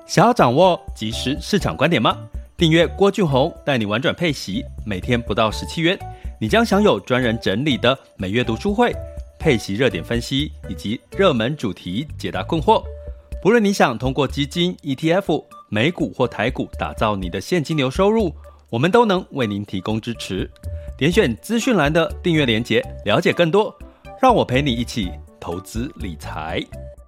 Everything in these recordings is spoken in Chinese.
想要掌握即时市场观点吗？订阅郭俊宏带你玩转配息，每天不到17元，你将享有专人整理的每月读书会、配息热点分析以及热门主题解答困惑。不论你想通过基金、ETF、美股或台股打造你的现金流收入，我们都能为您提供支持。点选资讯栏的订阅连结，了解更多。让我陪你一起投资理财。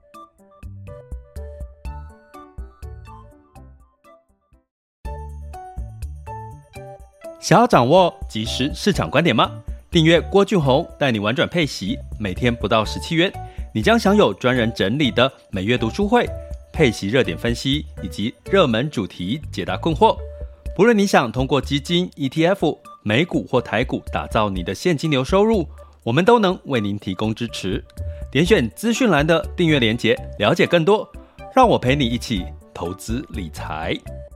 想要掌握即时市场观点吗？订阅郭俊宏带你玩转配息，每天不到17元，你将享有专人整理的每月读书会、配息热点分析以及热门主题解答困惑。不论你想通过基金、ETF、美股或台股打造你的现金流收入，我们都能为您提供支持。点选资讯栏的订阅连结，了解更多。让我陪你一起投资理财。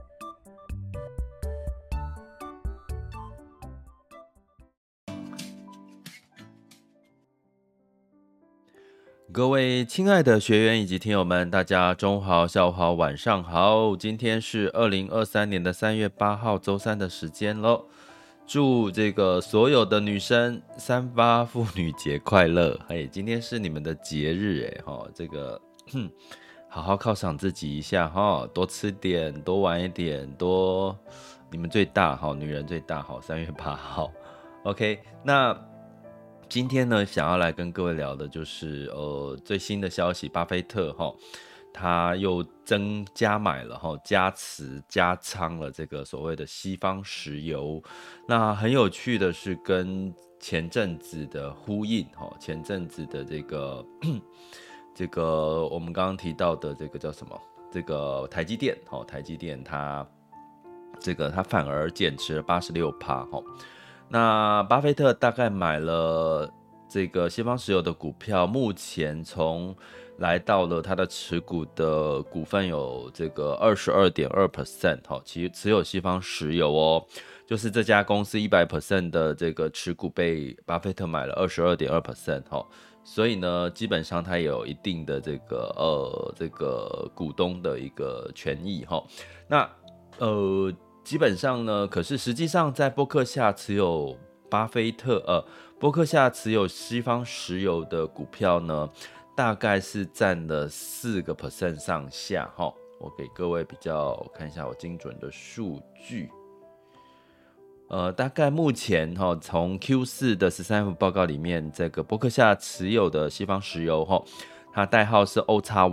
各位亲爱的学员以及听友们，大家中午好、下午好、晚上好。今天是2023年3月8号周三的时间咯。祝这个所有的女生38妇女节快乐！今天是你们的节日这个好好犒赏自己一下多吃点，多玩一点，多你们最大女人最大3月8号。OK， 那今天呢，想要来跟各位聊的就是最新的消息，巴菲特他又加买了加持加仓了这个所谓的西方石油。那很有趣的是跟前阵子的呼应前阵子的这个我们刚刚提到的这个叫什么？这个台积电台积电它反而减持了86%那巴菲特大概买了这个西方石油的股票，目前从来到了他的持股的股份有这个 22.2%， 其实持有西方石油就是这家公司 100% 的这个持股被巴菲特买了 22.2%， 所以呢基本上他也有一定的这个股东的一个权益那基本上呢，可是实际上在波克夏持有波克夏持有西方石油的股票呢，大概是占了4% 上下我给各位我看一下我精准的数据。大概目前从 Q4 的13F 报告里面，这个波克夏持有的西方石油它代号是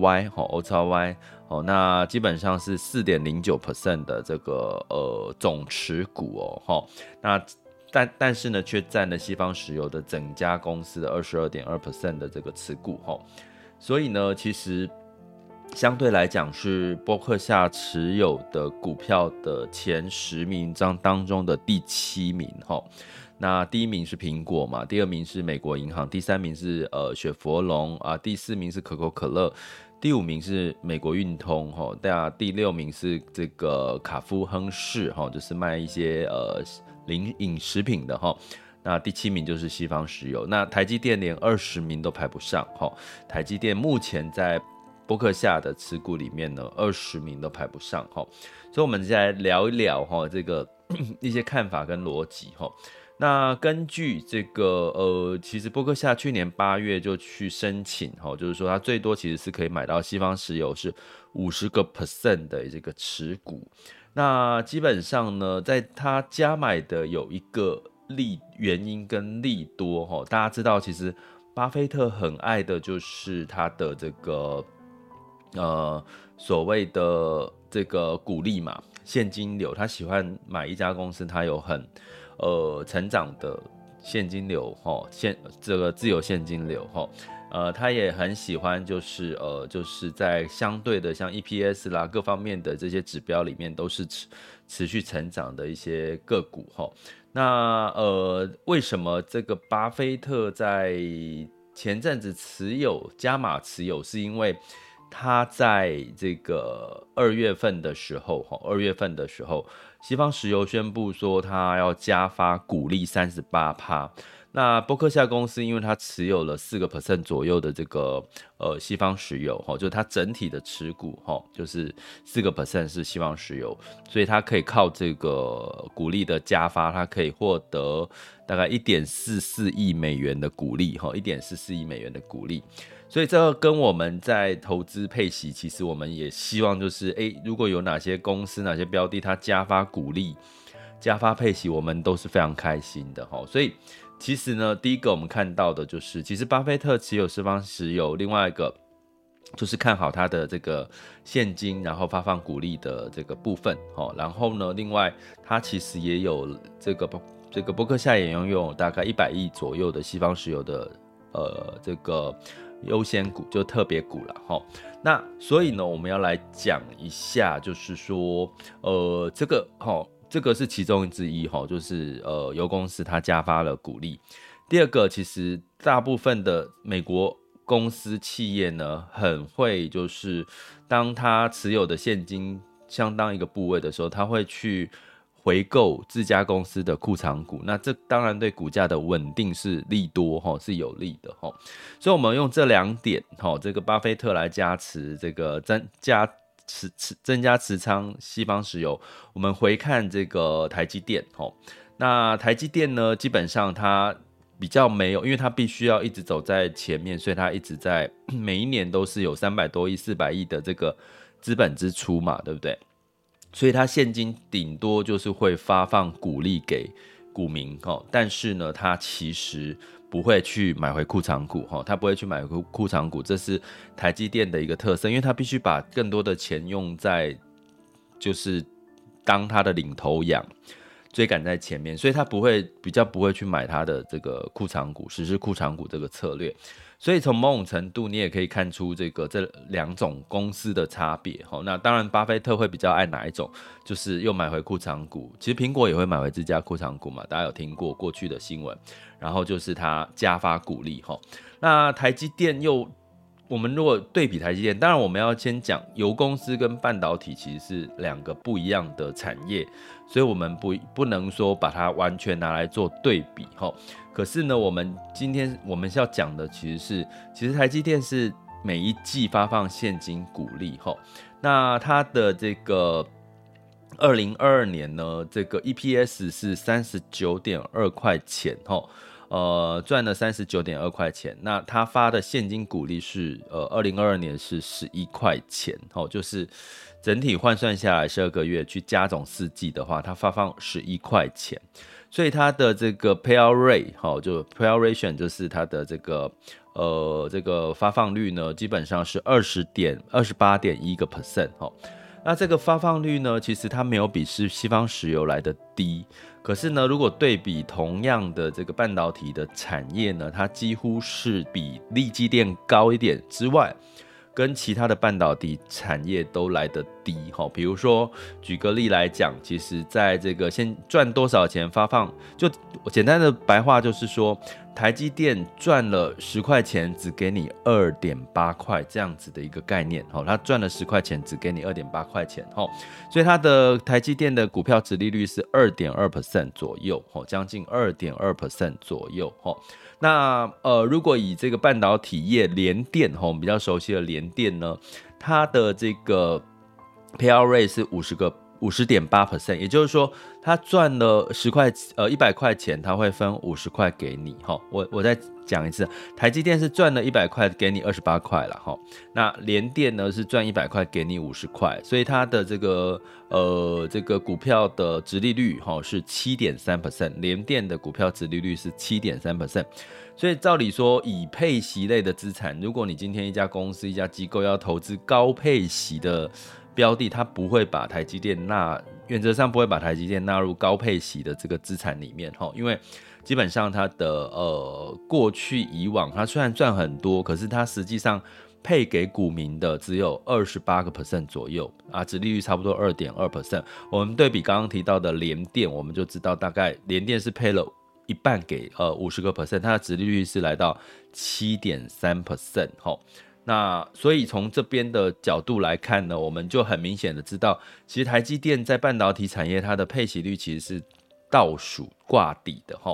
OXY， 那基本上是 4.09% 的这个总持股那但是呢，却占了西方石油的整家公司的 22.2% 的这个持股所以呢，其实相对来讲是波克夏持有的股票的前10名当中的第7名那第1名是苹果嘛，第2名是美国银行，第3名是雪佛龙第4名是可口可乐，第5名是美国运通第6名是这个卡夫亨氏就是卖一些饮食品的那第7名就是西方石油。那台积电连20名都排不上台积电目前在波克夏的持股里面呢20名都排不上所以我们再来聊一聊这个一些看法跟逻辑那根据这个其实波克夏去年8月就去申请就是说它最多其实是可以买到西方石油是50% 的这个持股。那基本上呢，在他加买的有一个原因跟利多大家知道其实巴菲特很爱的就是他的这个所谓的这个股利嘛，现金流，他喜欢买一家公司他有很成长的现金流这个自由现金流他也很喜欢就是在相对的像 EPS 啦各方面的这些指标里面都是持续成长的一些个股那为什么这个巴菲特在前阵子加码持有，是因为他在这个2月份的时候，西方石油宣布说他要加发股利38%， 那波克夏公司因为它持有了4% 左右的这个西方石油，就是它整体的持股就是4% 是西方石油，所以它可以靠这个股利的加发，它可以获得大概1.44亿美元的股利，1.44亿美元的股利。所以这跟我们在投资配息，其实我们也希望就是如果有哪些公司哪些标的它加发股利加发配息，我们都是非常开心的。所以其实呢，第一个我们看到的就是其实巴菲特持有西方石油，另外一个就是看好他的这个现金然后发放股利的这个部分。然后呢，另外他其实也有这个波克夏也拥有大概100亿左右的西方石油的这个优先股，就特别股啦。那所以呢，我们要来讲一下，就是说这个是其中之一，就是油公司它加发了股利。第二个，其实大部分的美国公司企业呢，很会就是当它持有的现金相当一个部位的时候，它会去回购自家公司的库藏股，那这当然对股价的稳定是利多，是有利的。所以我们用这2点，这个巴菲特来加持这个增加持仓西方石油。我们回看这个台积电，那台积电呢，基本上它比较没有，因为它必须要一直走在前面，所以它一直在每一年都是有300多亿、400亿的这个资本支出嘛，对不对？所以它现金顶多就是会发放股利给股民，但是呢，它其实不会去买回库藏股，它不会去买回库藏股，这是台积电的一个特色，因为它必须把更多的钱用在就是当它的领头羊，追赶在前面，所以它比较不会去买它的这个库藏股，实施库藏股这个策略。所以从某种程度，你也可以看出这2种公司的差别。那当然，巴菲特会比较爱哪一种，就是又买回库藏股。其实苹果也会买回自家库藏股嘛，大家有听过过去的新闻。然后就是它加发股利。那台积电我们如果对比台积电，当然我们要先讲油公司跟半导体其实是2个不一样的产业，所以我们不能说把它完全拿来做对比。可是呢，今天我们要讲的其实台积电是每一季发放现金股利。那它的这个2022年呢，这个 EPS 是39.2块钱，赚了39.2块钱。那他发的现金股利是2022年是11块钱，就是整体换算下来12个月去加总4季的话，他发放11块钱。所以他的这个 payout rate， 就 payout ratio 就是他的这个发放率呢，基本上是28.1%。那这个发放率呢，其实它没有比西方石油来的低，可是呢，如果对比同样的这个半导体的产业呢，它几乎是比力积电高一点之外，跟其他的半导体产业都来得低。比如说举个例来讲，其实在这个先赚多少钱发放，就简单的白话就是说，台积电赚了10块钱只给你2.8块这样子的一个概念。它赚了10块钱只给你2.8块钱，所以它的台积电的股票殖利率是 2.2% 左右，将近 2.2% 左右。那如果以这个半导体业联电，我们比较熟悉的联电呢，它的这个 payout rate 是50.8%， 也就是说，它赚了100块钱，它会分50块给你。我再讲一次，台积电是赚了100块给你28块啦。那联电呢是赚100块给你50块，所以它的这个股票的殖利率是 7.3%， 联电的股票殖利率是 7.3%。所以照理说，以配息类的资产，如果你今天一家公司一家机构要投资高配息的标的，它不会把台积电原则上不会把台积电纳入高配息的这个资产里面，因为基本上它的过去以往，它虽然赚很多，可是它实际上配给股民的只有 28% 左右啊，殖利率差不多 2.2%。我们对比刚刚提到的联电，我们就知道大概联电是配了一半给50%，它的殖利率是来到 7.3%。那所以从这边的角度来看呢，我们就很明显的知道，其实台积电在半导体产业它的配息率其实是倒数挂底的。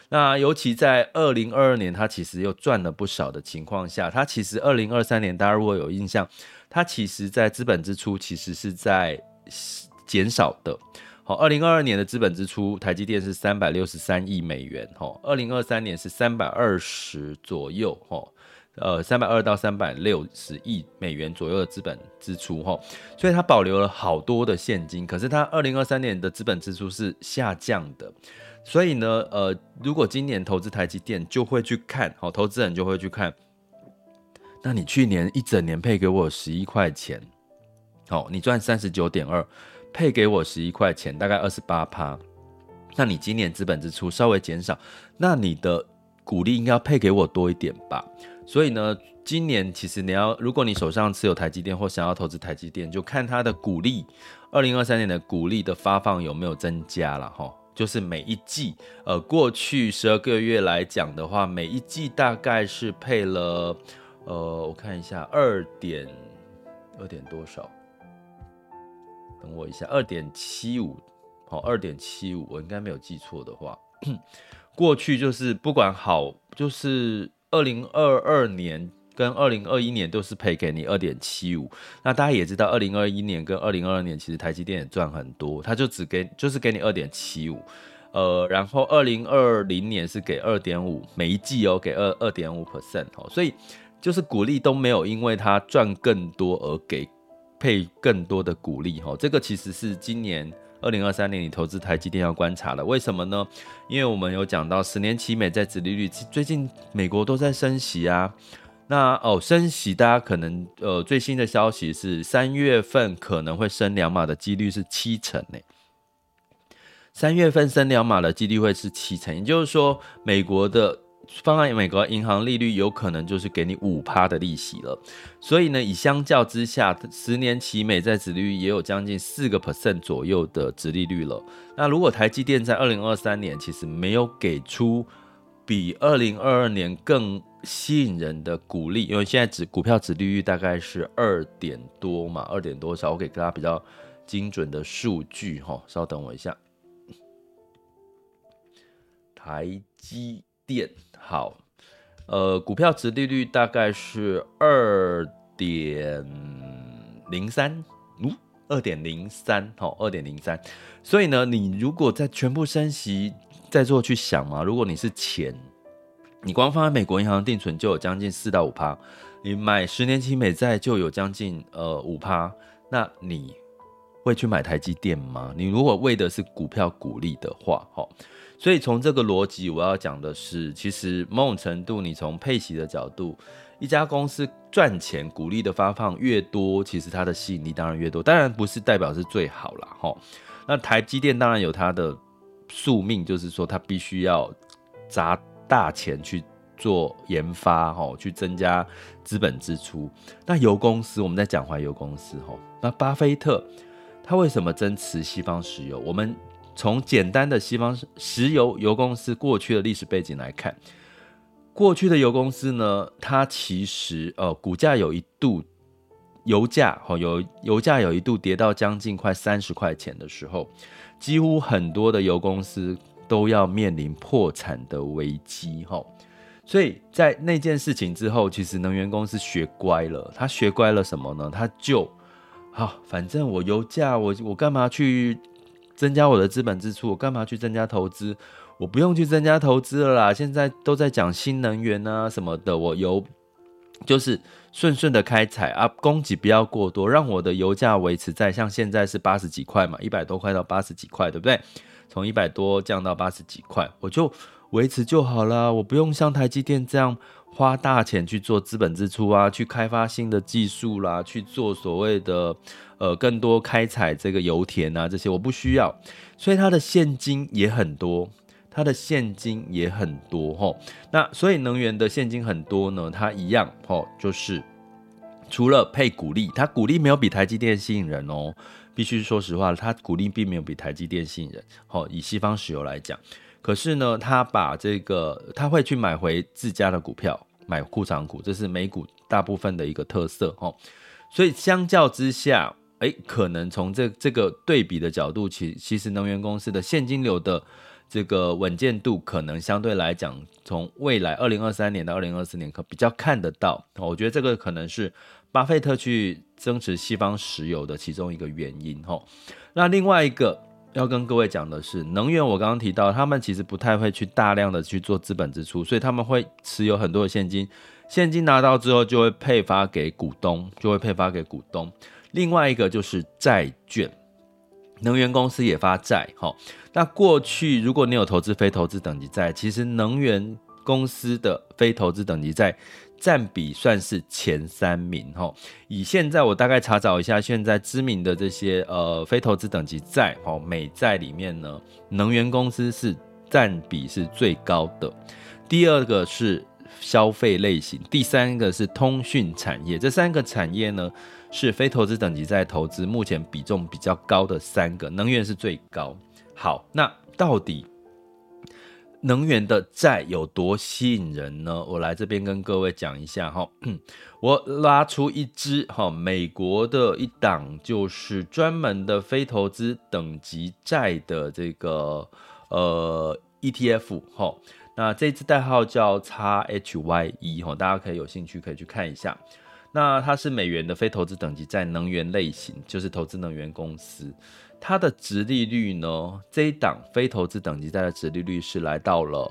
那尤其在2022年，它其实又赚了不少的情况下，它其实2023年大家如果有印象，它其实在资本支出其实是在减少的。2022年的资本支出，台积电是363亿美元，2023年是320左右，320到360亿美元左右的资本支出所以它保留了好多的现金，可是它2023年的资本支出是下降的。所以呢，如果今年投资台积电，就会去看，投资人就会去看，那你去年一整年配给我11块钱，你赚 39.2， 配给我11块钱，大概 28%， 那你今年资本支出稍微减少，那你的股利应该要配给我多一点吧。所以呢，今年其实如果你手上持有台积电或想要投资台积电，就看它的股利，2023年的股利的发放有没有增加啦就是每一季，过去12个月来讲的话，每一季大概是配了，我看一下2点多少？等我一下，2.75，2.75，我应该没有记错的话，过去就是不管好，就是2022年跟2021年都是赔给你 2.75， 那大家也知道2021年跟2022年其实台积电也赚很多，它就是给你 2.75， 然后2020年是给 2.5， 每一季给 2.5%， 所以就是股利都没有因为它赚更多而给配更多的股利，这个其实是今年2023年你投资台积电要观察的。为什么呢？因为我们有讲到10年期美债殖利率，最近美国都在升息啊。那升息，大家可能最新的消息是3月份可能会升2码的几率是70%呢。3月份升2码的几率会是70%，也就是说放在美国银行利率有可能就是给你 5% 的利息了。所以呢，以相较之下，10年期美债殖利率也有将近 4% 左右的殖利率了。那如果台积电在2023年其实没有给出比2022年更吸引人的股利，因为现在股票殖利率大概是2点多嘛，2点多少，我给大家比较精准的数据稍等我一下。台积电好，股票殖利率大概是 2.03， 2.03，所以呢，你如果在全部升息在做去想嘛，如果你是钱，你光放在美国银行定存就有将近4到 5%， 你买10年期美债就有将近5%，那你会去买台积电吗？你如果为的是股票股利的话所以从这个逻辑我要讲的是，其实某种程度你从配息的角度，一家公司赚钱股利的发放越多，其实它的吸引力当然越多，当然不是代表是最好啦那台积电当然有它的宿命，就是说它必须要砸大钱去做研发去增加资本支出。那油公司，我们再讲回油公司那巴菲特他为什么增持西方石油？我们从简单的西方石油油公司过去的历史背景来看，过去的油公司呢，它其实股价有一度油价有一度跌到将近快30块钱的时候，几乎很多的油公司都要面临破产的危机所以在那件事情之后，其实能源公司学乖了，他学乖了什么呢？他就反正我油价我干嘛去增加我的资本支出，我干嘛去增加投资？我不用去增加投资了啦，现在都在讲新能源啊什么的，我油就是顺顺的开采啊，供给不要过多，让我的油价维持在像现在是80几块嘛，100多块到80几块，对不对？从100多降到80几块，我就维持就好啦，我不用像台积电这样花大钱去做资本支出啊，去开发新的技术啦，去做所谓的更多开采这个油田啊，这些我不需要，所以它的现金也很多，那所以能源的现金很多呢，它一样就是除了配股利，它股利没有比台积电吸引人必须说实话，它股利并没有比台积电吸引人以西方石油来讲。可是呢，他会去买回自家的股票，买库藏股，这是美股大部分的一个特色所以相较之下，可能从这个对比的角度，其实能源公司的现金流的这个稳健度可能相对来讲，从未来2023年到2024年可比较看得到。我觉得这个可能是巴菲特去增持西方石油的其中一个原因。那另外一个要跟各位讲的是，能源我刚刚提到，他们其实不太会去大量的去做资本支出，所以他们会持有很多的现金，现金拿到之后就会配发给股东，另外一个就是债券，能源公司也发债。那过去如果你有投资非投资等级债，其实能源公司的非投资等级债占比算是前3名。以现在我大概查找一下，现在知名的这些非投资等级债美债里面呢，能源公司是占比是最高的，第二个是消费类型，第三个是通讯产业。这3个产业呢是非投资等级债投资目前比重比较高的3个，能源是最高。好，那到底能源的债有多吸引人呢？我来这边跟各位讲一下。我拉出一支美国的一档就是专门的非投资等级债的这个ETF。那这支代号叫 XHYE， 大家可以有兴趣可以去看一下。那它是美元的非投资等级债能源类型，就是投资能源公司。它的殖利率呢，这一档非投资等级债的殖利率是来到了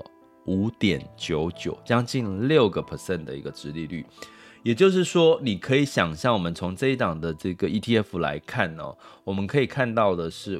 5.99%， 将近 6% 的一个殖利率。也就是说，你可以想象我们从这一档的这个 ETF 来看我们可以看到的是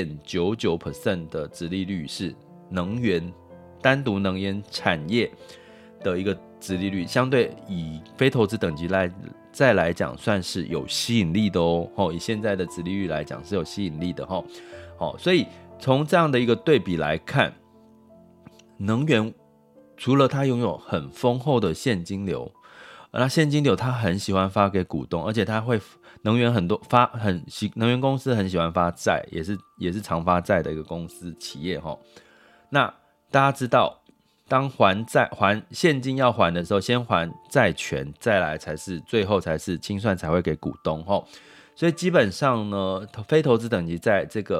5.99% 的殖利率是能源，单独能源产业的一个殖利率，相对以非投资等级再来讲算是有吸引力的以现在的殖利率来讲是有吸引力的所以从这样的一个对比来看，能源除了它拥有很丰厚的现金流，那现金流它很喜欢发给股东，而且它会能源能源公司很喜欢发债，也是常发债的一个公司企业那大家知道，当还现金要还的时候，先还债权，再来最后才是清算才会给股东所以基本上呢，非投资等级在这个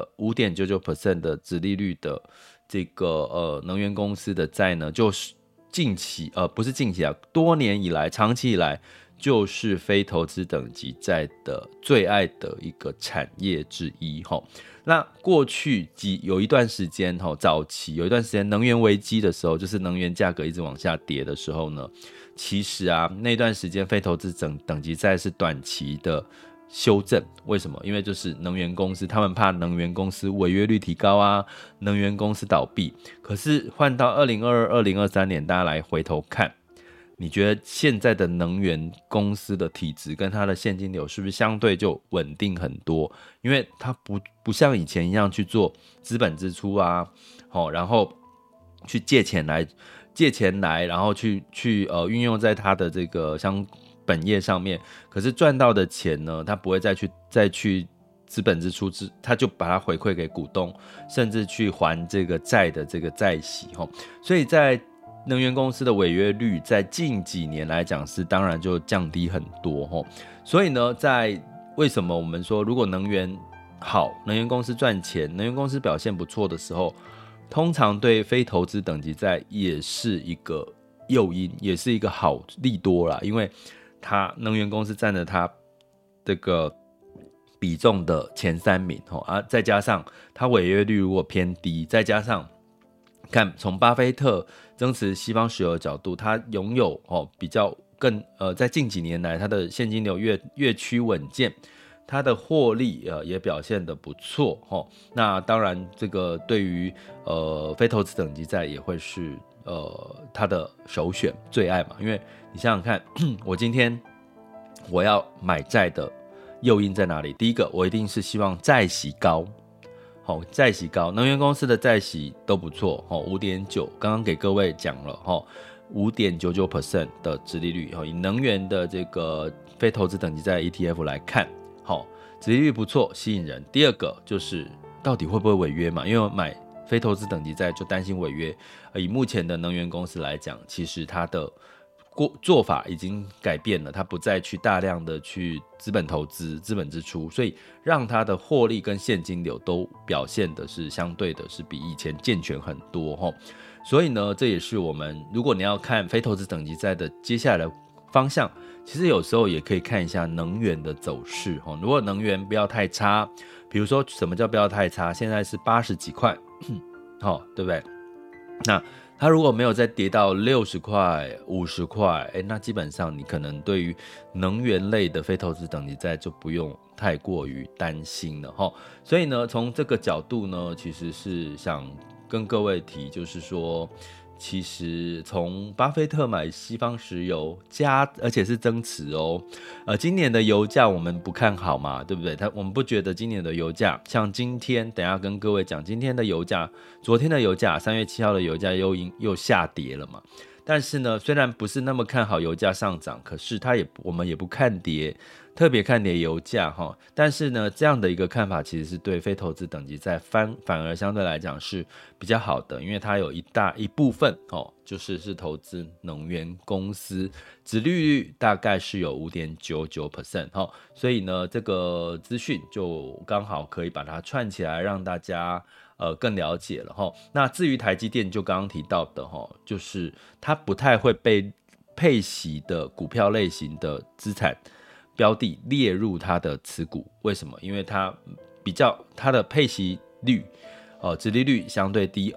5.99% 的殖利率的这个能源公司的债呢，就是不是近期多年以来长期以来就是非投资等级债的最爱的一个产业之一那过去有一段时间早期有一段时间能源危机的时候，就是能源价格一直往下跌的时候呢，其实那段时间非投资等级债是短期的修正。为什么？因为就是能源公司他们怕能源公司违约率提高能源公司倒闭。可是换到2022、2023年，大家来回头看，你觉得现在的能源公司的体质跟它的现金流是不是相对就稳定很多？因为它不像以前一样去做资本支出然后去借钱来，然后去运用在它的这个本业上面。可是赚到的钱呢，它不会再去资本支出，它就把它回馈给股东，甚至去还这个债的这个债息所以在能源公司的违约率在近几年来讲是当然就降低很多所以呢，为什么我们说如果能源好，能源公司赚钱，能源公司表现不错的时候，通常对非投资等级债也是一个诱因，也是一个好利多啦，因为能源公司占了它这个比重的前3名再加上它违约率如果偏低，再加上看从巴菲特增持西方石油的角度，他拥有比较在近几年来，他的现金流越趋稳健，他的获利也表现得不错那当然，这个对于非投资等级债也会是他的首选最爱嘛，因为你想想看，我今天我要买债的诱因在哪里？第一个，我一定是希望债息高。债息高，能源公司的债息都不错5.9%，刚刚给各位讲了5.99% 的殖利率以能源的这个非投资等级债 ETF 来看殖利率不错，吸引人。第二个就是到底会不会违约嘛，因为我买非投资等级债就担心违约，以目前的能源公司来讲，其实它的做法已经改变了，它不再去大量的去资本投资、资本支出，所以让它的获利跟现金流都表现的是相对的是比以前健全很多齁。所以呢，这也是我们如果你要看非投资等级债的接下来的方向，其实有时候也可以看一下能源的走势齁。如果能源不要太差，比如说什么叫不要太差？现在是80几块，对不对？那它如果没有再跌到60块、50块，那基本上你可能对于能源类的非投资等级债就不用太过于担心了齁。所以呢，从这个角度呢，其实是想跟各位提，就是说，其实从巴菲特买西方石油而且是增持哦。今年的油价我们不看好嘛，对不对？我们不觉得今年的油价像今天，等一下跟各位讲今天的油价，昨天的油价3月7号的油价又下跌了嘛。但是呢，虽然不是那么看好油价上涨，可是我们也不看跌，特别看跌油价齁。但是呢，这样的一个看法其实是对非投资等级债反而相对来讲是比较好的，因为它有一部分就是投资能源公司，殖利率大概是有 5.99% 所以呢，这个资讯就刚好可以把它串起来，让大家更了解了齁。那至于台积电，就刚刚提到的就是它不太会被配息的股票类型的资产标的列入它的持股。为什么？因为它的配息率殖利率相对低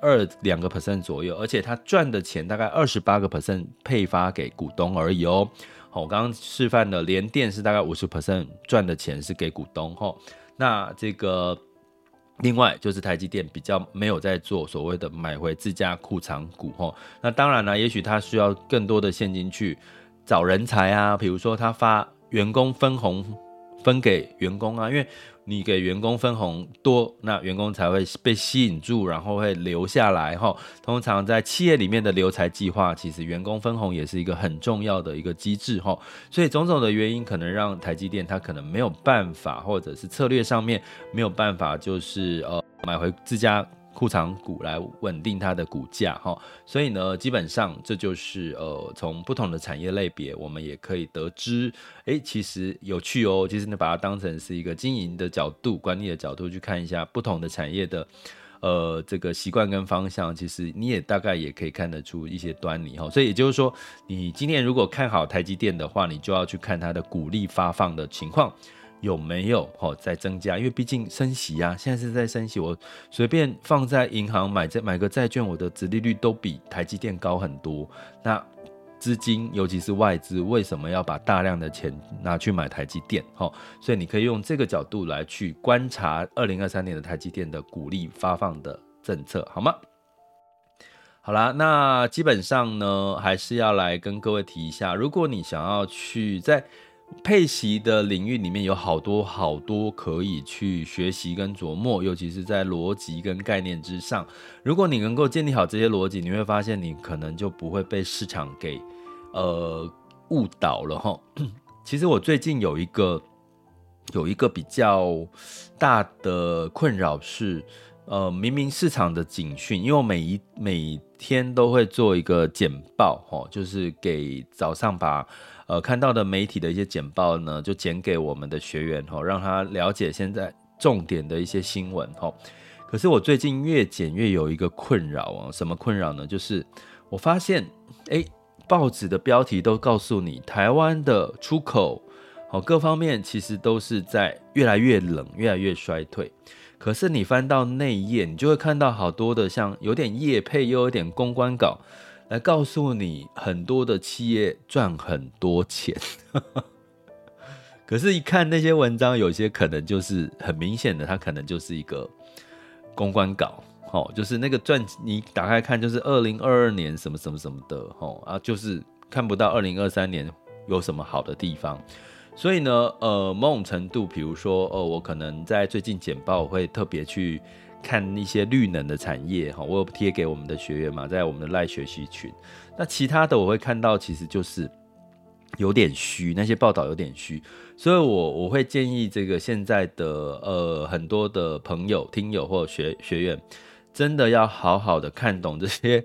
2% 左右，而且它赚的钱大概28% 配发给股东而已哦。我刚刚示范的联电是大概 50% 赚的钱是给股东那这个另外就是台积电比较没有在做所谓的买回自家库藏股那当然了，也许他需要更多的现金去找人才啊，比如说他发员工分红分给员工啊，因为你给员工分红多，那员工才会被吸引住，然后会留下来通常在企业里面的留才计划，其实员工分红也是一个很重要的一个机制所以种种的原因可能让台积电它可能没有办法，或者是策略上面没有办法，就是买回自家库藏股来稳定它的股价所以呢，基本上这就是从不同的产业类别，我们也可以得知，其实有趣哦。其实你把它当成是一个经营的角度、管理的角度去看一下不同的产业的这个习惯跟方向，其实你也大概也可以看得出一些端倪所以也就是说，你今年如果看好台积电的话，你就要去看它的股利发放的情况有没有在增加，因为毕竟升息啊，现在是在升息，我随便放在银行买个债券，我的殖利率都比台积电高很多。那资金尤其是外资为什么要把大量的钱拿去买台积电所以你可以用这个角度来去观察2023年的台积电的股利发放的政策，好吗？好啦，那基本上呢，还是要来跟各位提一下，如果你想要去在配息的领域里面有好多可以去学习跟琢磨，尤其是在逻辑跟概念之上，如果你能够建立好这些逻辑，你会发现你可能就不会被市场给误导了其实我最近有一个比较大的困扰是明明市场的警讯，因为我每天都会做一个简报就是给早上把看到的媒体的一些简报呢，就剪给我们的学员让他了解现在重点的一些新闻可是我最近越剪越有一个困扰什么困扰呢？就是我发现报纸的标题都告诉你台湾的出口各方面其实都是在越来越冷，越来越衰退。可是你翻到内页，你就会看到好多的像有点业配又有点公关稿来告诉你很多的企业赚很多钱可是一看那些文章，有些可能就是很明显的，它可能就是一个公关稿就是那个你打开看就是2022年什么什么什么的就是看不到2023年有什么好的地方。所以呢某种程度，比如说我可能在最近简报我会特别去看一些绿能的产业我有贴给我们的学员嘛，在我们的 LINE 学习群。那其他的我会看到其实就是有点虚，那些报道有点虚，所以我会建议这个现在的很多的朋友、听友或学员，真的要好好的看懂这些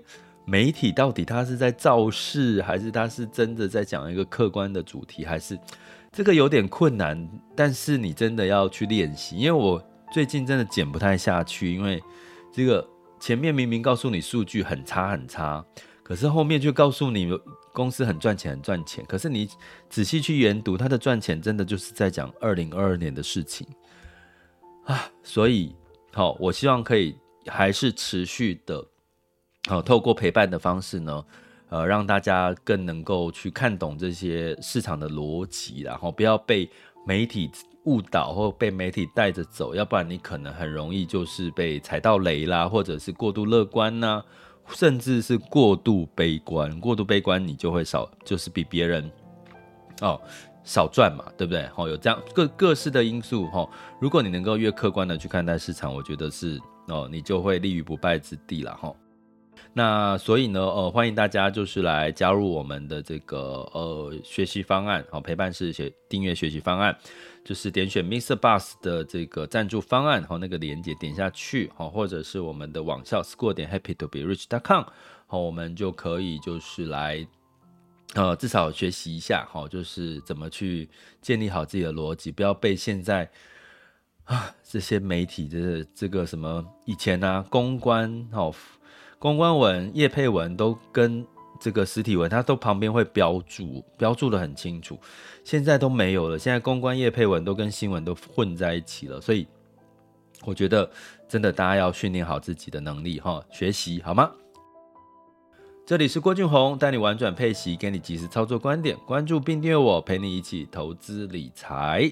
媒体到底他是在造势，还是他是真的在讲一个客观的主题，还是这个有点困难，但是你真的要去练习。因为我最近真的剪不太下去，因为这个前面明明告诉你数据很差很差，可是后面却告诉你公司很赚钱很赚钱，可是你仔细去研读，它的赚钱真的就是在讲2022年的事情啊。所以我希望可以还是持续的透过陪伴的方式呢，让大家更能够去看懂这些市场的逻辑，然后不要被媒体误导或被媒体带着走，要不然你可能很容易就是被踩到雷啦，或者是过度乐观啦，甚至是过度悲观。过度悲观你就会就是比别人少赚嘛，对不对？有这样各式的因素，如果你能够越客观的去看待市场，我觉得是你就会立于不败之地啦。那所以呢，欢迎大家就是来加入我们的这个学习方案，陪伴式订阅学习方案，就是点选 MixerBox 的这个赞助方案，那个连结点下去，或者是我们的网校 score.happytoberich.com， 我们就可以就是来至少学习一下，就是怎么去建立好自己的逻辑，不要被现在这些媒体的这个什么以前公关文、业配文都跟这个实体文，它都旁边会标注的很清楚，现在都没有了。现在公关业配文都跟新闻都混在一起了，所以我觉得真的大家要训练好自己的能力学习好吗？这里是郭俊宏，带你玩转配息，给你及时操作观点，关注并订阅我，陪你一起投资理财。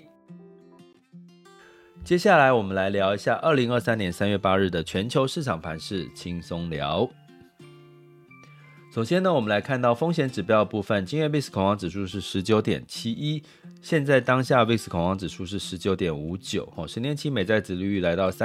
接下来我们来聊一下2023年3月8日的全球市场盘势，轻松聊。首先呢，我们来看到风险指标的部分，今日 VIX 恐慌指数是 19.71， 现在当下 VIX 恐慌指数是 19.59， 10年期美债殖利率来到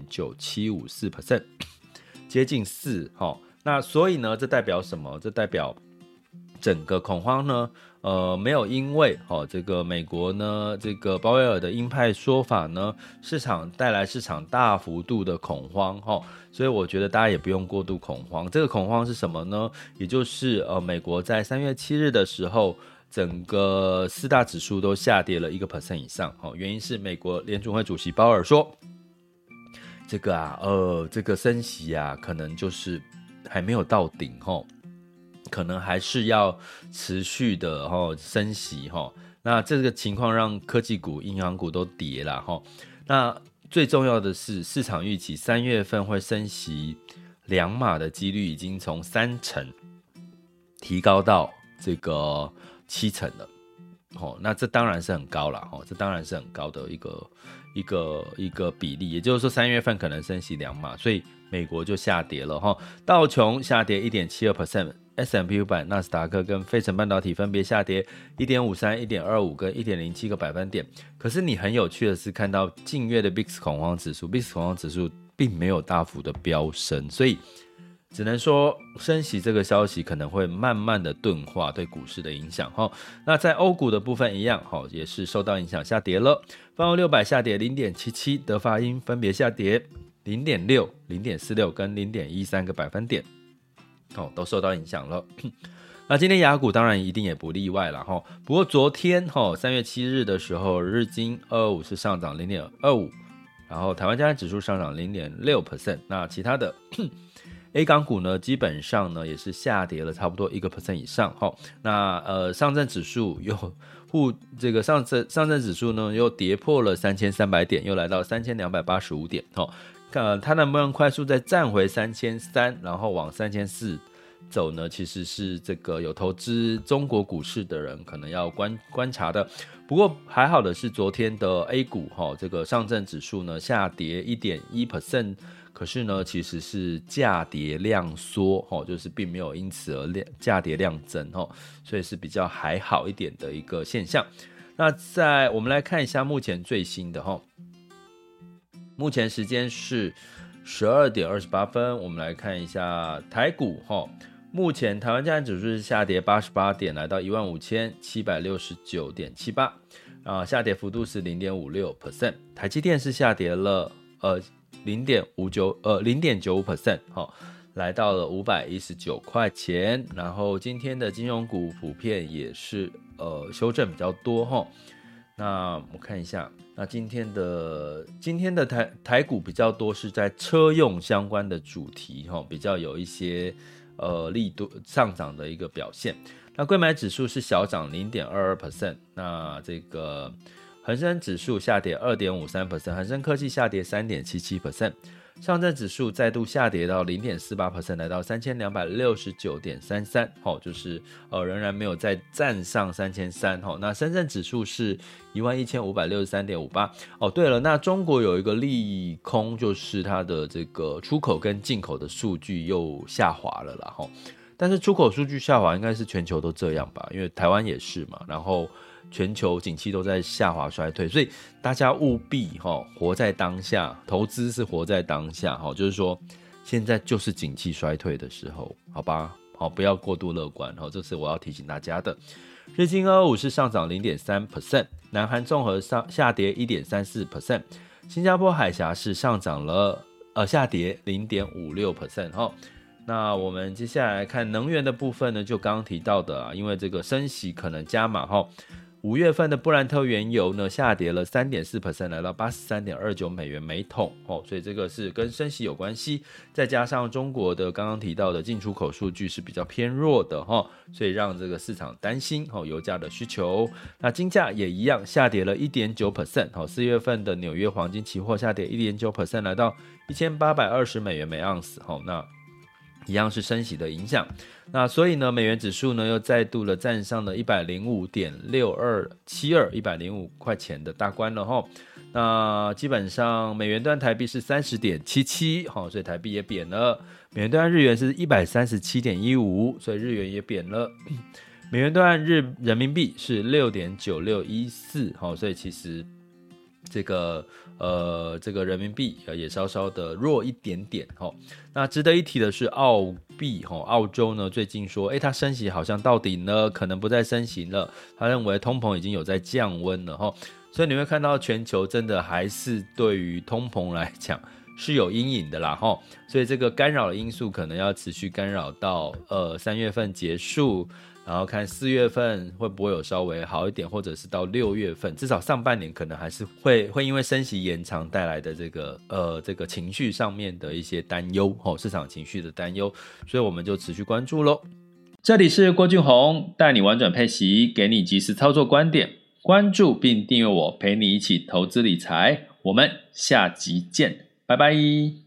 3.9754%， 接近4。那所以呢，这代表什么？这代表整个恐慌呢没有因为这个美国呢这个鲍威尔的鹰派说法呢带来市场大幅度的恐慌所以我觉得大家也不用过度恐慌。这个恐慌是什么呢？也就是美国在3月7日的时候，整个4大指数都下跌了1% 以上原因是美国联准会主席鲍尔说这个这个升息可能就是还没有到顶可能还是要持续的升息那这个情况让科技股、银行股都跌了那最重要的是，市场预期3月份会升息2码的几率已经从3成提高到这个7成了那这当然是很高了这当然是很高的一个比例，也就是说3月份可能升息2码，所以美国就下跌了道琼下跌 1.72%， S&P 500、纳斯达克跟费城半导体分别下跌 1.53、1.25 跟 1.07 个百分点。可是你很有趣的是看到近月的 VIX 恐慌指数并没有大幅的飙升，所以只能说升息这个消息可能会慢慢的钝化对股市的影响那在欧股的部分一样也是受到影响下跌了，泛欧600下跌 0.77， 德法英分别下跌 0.6、0.46 跟 0.13 个百分点都受到影响了那今天亚股当然一定也不例外了不过昨天3月7日的时候，日经225是上涨 0.25， 然后台湾加权指数上涨 0.6%， 那其他的A 港股呢，基本上呢也是下跌了差不多1% 以上那上证指数上证指数呢又跌破了3300点，又来到3285点它能不能快速再站回3300，然后往3400走呢？其实是这个有投资中国股市的人可能要观察的。不过还好的是，昨天的 A 股这个上证指数呢下跌 1.1%， 可是呢其实是价跌量缩就是并没有因此而价跌量增所以是比较还好一点的一个现象。那我们来看一下目前最新的目前时间是12点28分，我们来看一下台股目前台湾加权指数是下跌88点，来到 15,769.78 下跌幅度是 0.56%。 台积电是下跌了0.95%， 来到了519块钱。然后今天的金融股普遍也是修正比较多齁。那我看一下，那今天的台股比较多是在车用相关的主题齁，比较有一些力度上涨的一个表现。那柜买指数是小涨 0.22%， 那这个恒生指数下跌 2.53%， 恒生科技下跌 3.77%， 上证指数再度下跌到 0.48%， 来到 3269.33， 就是仍然没有再站上3300。那深圳指数是 11563.58。 对了，那中国有一个利空，就是它的这个出口跟进口的数据又下滑了啦。但是出口数据下滑应该是全球都这样吧，因为台湾也是嘛，然后全球景气都在下滑衰退，所以大家务必活在当下，投资是活在当下，就是说现在就是景气衰退的时候，好吧，不要过度乐观，这是我要提醒大家的。日经225是上涨 0.3%， 南韩综合下跌 1.34%， 新加坡海峡是上涨了下跌 0.56%。那我们接下来看能源的部分呢，就刚刚提到的因为这个升息可能加码5月份的布兰特原油呢下跌了 3.4%， 来到 83.29 美元每桶所以这个是跟升息有关系，再加上中国的刚刚提到的进出口数据是比较偏弱的所以让这个市场担心油价的需求。那金价也一样下跌了 1.9%， 4月份的纽约黄金期货下跌 1.9%， 来到1820美元每盎司那一样是升息的影响。那所以呢，美元指数呢又再度的站上了 105.6272 105块钱的大关了那基本上美元兑台币是 30.77 所以台币也贬了。美元兑日元是 137.15 所以日元也贬了。美元兑人民币是 6.9614 所以其实这个人民币也稍稍的弱一点点那值得一提的是澳币澳洲呢最近说它升息好像到顶了，可能不再升息了，他认为通膨已经有在降温了所以你会看到全球真的还是对于通膨来讲是有阴影的啦所以这个干扰的因素可能要持续干扰到3月份结束，然后看4月份会不会有稍微好一点，或者是到6月份，至少上半年可能还是会因为升息延长带来的这个情绪上面的一些担忧市场情绪的担忧，所以我们就持续关注咯。这里是郭俊宏，带你玩转配息，给你及时操作观点，关注并订阅我，陪你一起投资理财，我们下集见，拜拜。